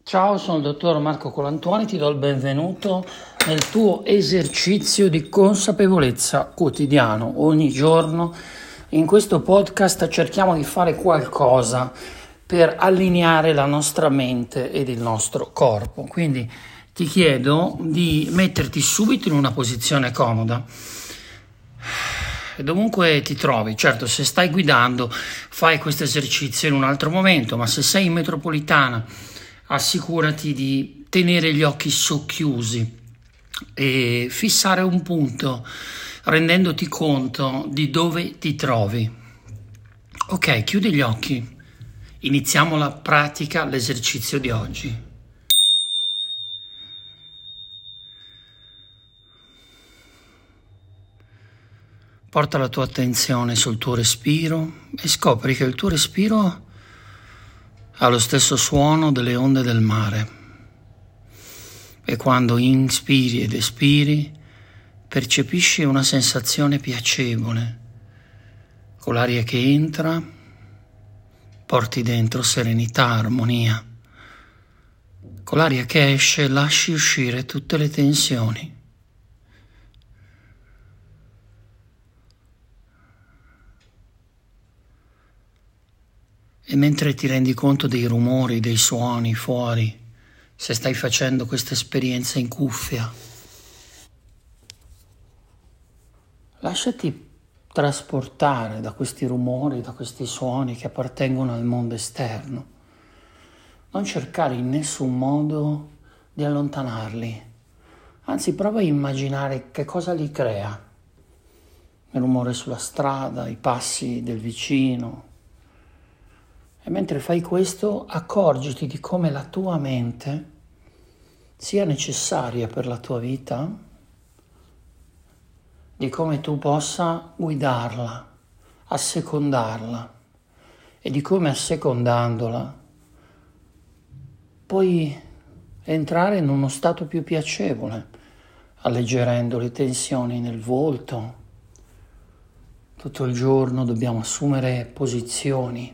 Ciao, sono il dottor Marco Colantuoni, ti do il benvenuto nel tuo esercizio di consapevolezza quotidiano. Ogni giorno in questo podcast cerchiamo di fare qualcosa per allineare la nostra mente ed il nostro corpo. Quindi ti chiedo di metterti subito in una posizione comoda. E dovunque ti trovi, certo, se stai guidando fai questo esercizio in un altro momento, ma se sei in metropolitana assicurati di tenere gli occhi socchiusi e fissare un punto rendendoti conto di dove ti trovi. Ok, chiudi gli occhi. Iniziamo la pratica, l'esercizio di oggi. Porta la tua attenzione sul tuo respiro e scopri che il tuo respiro ha lo stesso suono delle onde del mare. E quando inspiri ed espiri, percepisci una sensazione piacevole. Con l'aria che entra, porti dentro serenità, armonia. Con l'aria che esce, lasci uscire tutte le tensioni. E mentre ti rendi conto dei rumori, dei suoni fuori, se stai facendo questa esperienza in cuffia, lasciati trasportare da questi rumori, da questi suoni che appartengono al mondo esterno. Non cercare in nessun modo di allontanarli, anzi prova a immaginare che cosa li crea. Il rumore sulla strada, i passi del vicino. E mentre fai questo, accorgiti di come la tua mente sia necessaria per la tua vita, di come tu possa guidarla, assecondarla e di come assecondandola puoi entrare in uno stato più piacevole, alleggerendo le tensioni nel volto. Tutto il giorno dobbiamo assumere posizioni,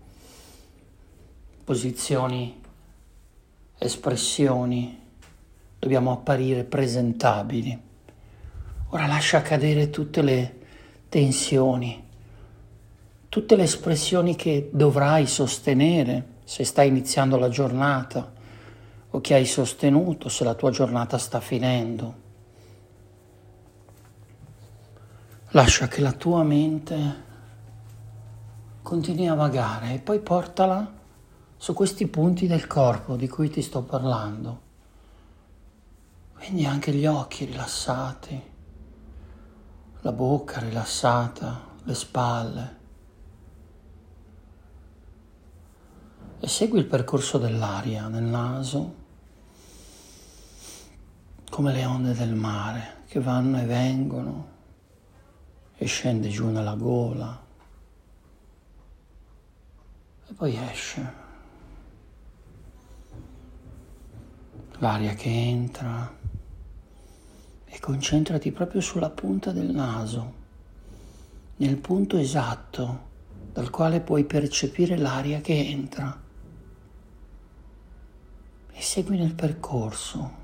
espressioni, dobbiamo apparire presentabili. Ora lascia cadere tutte le tensioni, tutte le espressioni che dovrai sostenere se stai iniziando la giornata o che hai sostenuto se la tua giornata sta finendo. Lascia che la tua mente continui a vagare e poi portala su questi punti del corpo di cui ti sto parlando. Quindi anche gli occhi rilassati, la bocca rilassata, le spalle. E segui il percorso dell'aria nel naso, come le onde del mare che vanno e vengono e scende giù nella gola e poi esce. L'aria che entra e concentrati proprio sulla punta del naso, nel punto esatto dal quale puoi percepire l'aria che entra e segui nel percorso.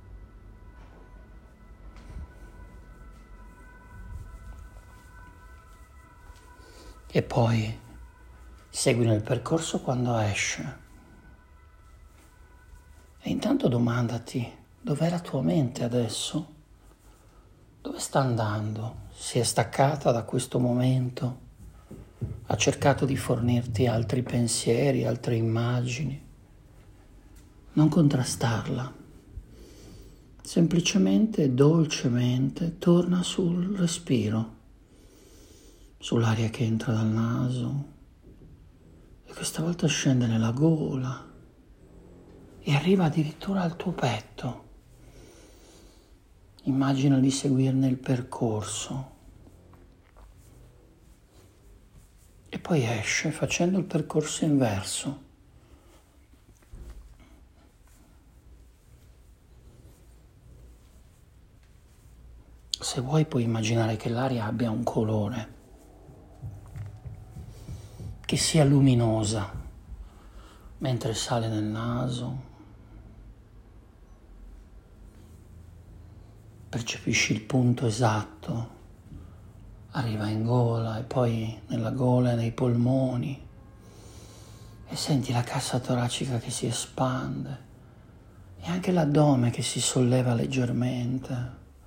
E poi segui nel percorso quando esce. E intanto domandati, dov'è la tua mente adesso? Dove sta andando? Si è staccata da questo momento? Ha cercato di fornirti altri pensieri, altre immagini? Non contrastarla. Semplicemente, dolcemente, torna sul respiro, sull'aria che entra dal naso e questa volta scende nella gola e arriva addirittura al tuo petto. Immagina di seguirne il percorso e poi esce facendo il percorso inverso. Se vuoi puoi immaginare che l'aria abbia un colore, che sia luminosa mentre sale nel naso percepisci il punto esatto, arriva in gola e poi nella gola e nei polmoni e senti la cassa toracica che si espande e anche l'addome che si solleva leggermente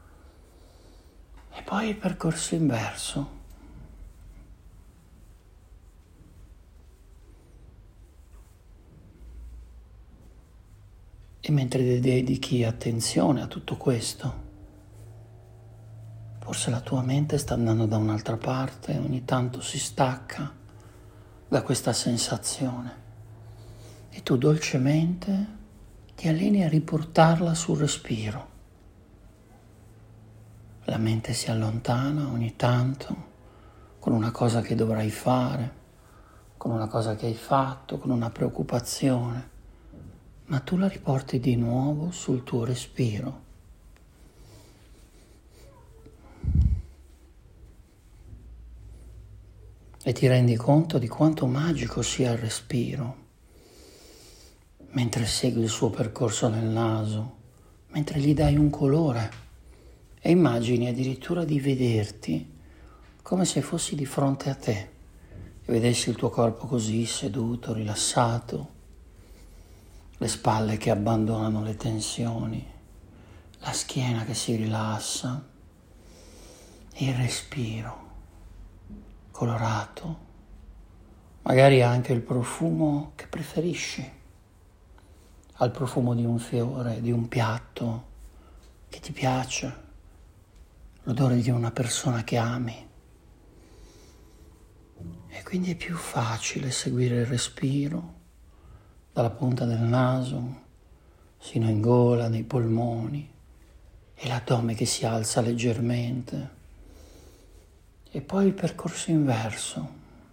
e poi il percorso inverso. E mentre dedichi attenzione a tutto questo, forse la tua mente sta andando da un'altra parte e ogni tanto si stacca da questa sensazione e tu dolcemente ti alleni a riportarla sul respiro. La mente si allontana ogni tanto con una cosa che dovrai fare, con una cosa che hai fatto, con una preoccupazione, ma tu la riporti di nuovo sul tuo respiro. E ti rendi conto di quanto magico sia il respiro, mentre segui il suo percorso nel naso, mentre gli dai un colore e immagini addirittura di vederti come se fossi di fronte a te e vedessi il tuo corpo così seduto, rilassato, le spalle che abbandonano le tensioni, la schiena che si rilassa e il respiro colorato, magari anche il profumo che preferisci, al profumo di un fiore, di un piatto che ti piace, l'odore di una persona che ami. E quindi è più facile seguire il respiro dalla punta del naso sino in gola, nei polmoni e l'addome che si alza leggermente. E poi il percorso inverso.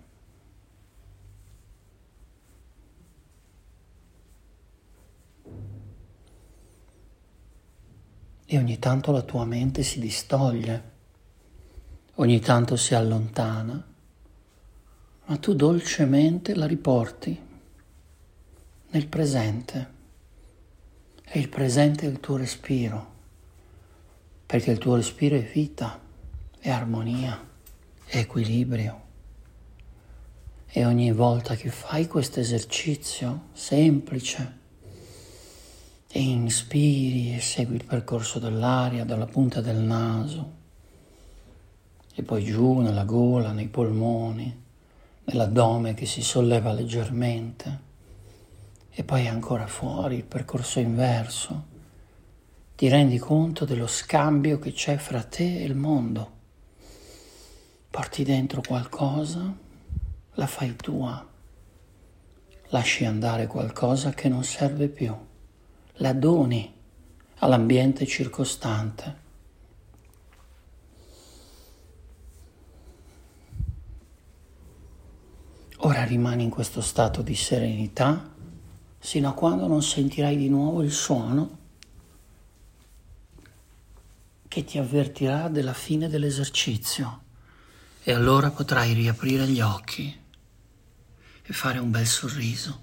E ogni tanto la tua mente si distoglie, ogni tanto si allontana, ma tu dolcemente la riporti nel presente. E il presente è il tuo respiro, perché il tuo respiro è vita, è armonia, è equilibrio. E ogni volta che fai questo esercizio semplice e inspiri e segui il percorso dell'aria dalla punta del naso e poi giù nella gola, nei polmoni, nell'addome che si solleva leggermente e poi ancora fuori il percorso inverso, ti rendi conto dello scambio che c'è fra te e il mondo. Porti dentro qualcosa, la fai tua, lasci andare qualcosa che non serve più, la doni all'ambiente circostante. Ora rimani in questo stato di serenità sino a quando non sentirai di nuovo il suono che ti avvertirà della fine dell'esercizio. E allora potrai riaprire gli occhi e fare un bel sorriso.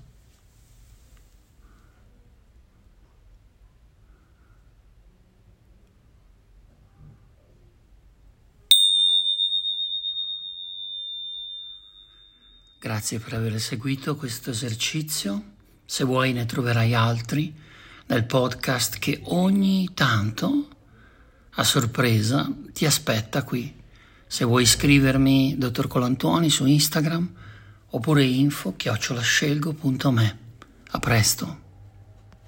Grazie per aver seguito questo esercizio. Se vuoi ne troverai altri nel podcast che ogni tanto, a sorpresa, ti aspetta qui. Se vuoi scrivermi Dottor Colantuoni su Instagram oppure info@scelgo.me. A presto.